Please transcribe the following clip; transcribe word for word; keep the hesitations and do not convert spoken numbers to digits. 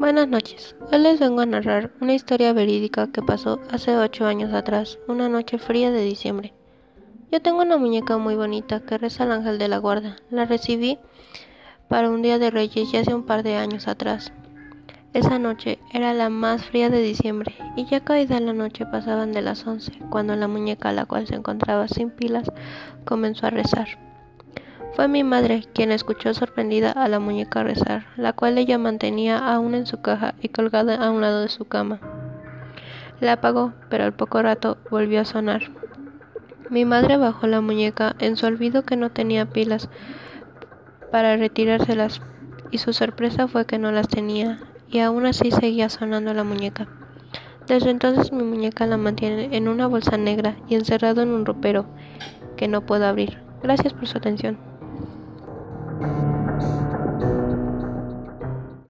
Buenas noches, hoy les vengo a narrar una historia verídica que pasó hace ocho años atrás, una noche fría de diciembre. Yo tengo una muñeca muy bonita que reza al ángel de la guarda. La recibí para un día de Reyes ya hace un par de años atrás. Esa noche era la más fría de diciembre y ya caída la noche pasaban de las once cuando la muñeca, la cual se encontraba sin pilas, comenzó a rezar. Fue mi madre quien escuchó sorprendida a la muñeca rezar, la cual ella mantenía aún en su caja y colgada a un lado de su cama. La apagó, pero al poco rato volvió a sonar. Mi madre bajó la muñeca en su olvido que no tenía pilas para retirárselas, y su sorpresa fue que no las tenía, y aún así seguía sonando la muñeca. Desde entonces mi muñeca la mantiene en una bolsa negra y encerrado en un ropero que no puedo abrir. Gracias por su atención.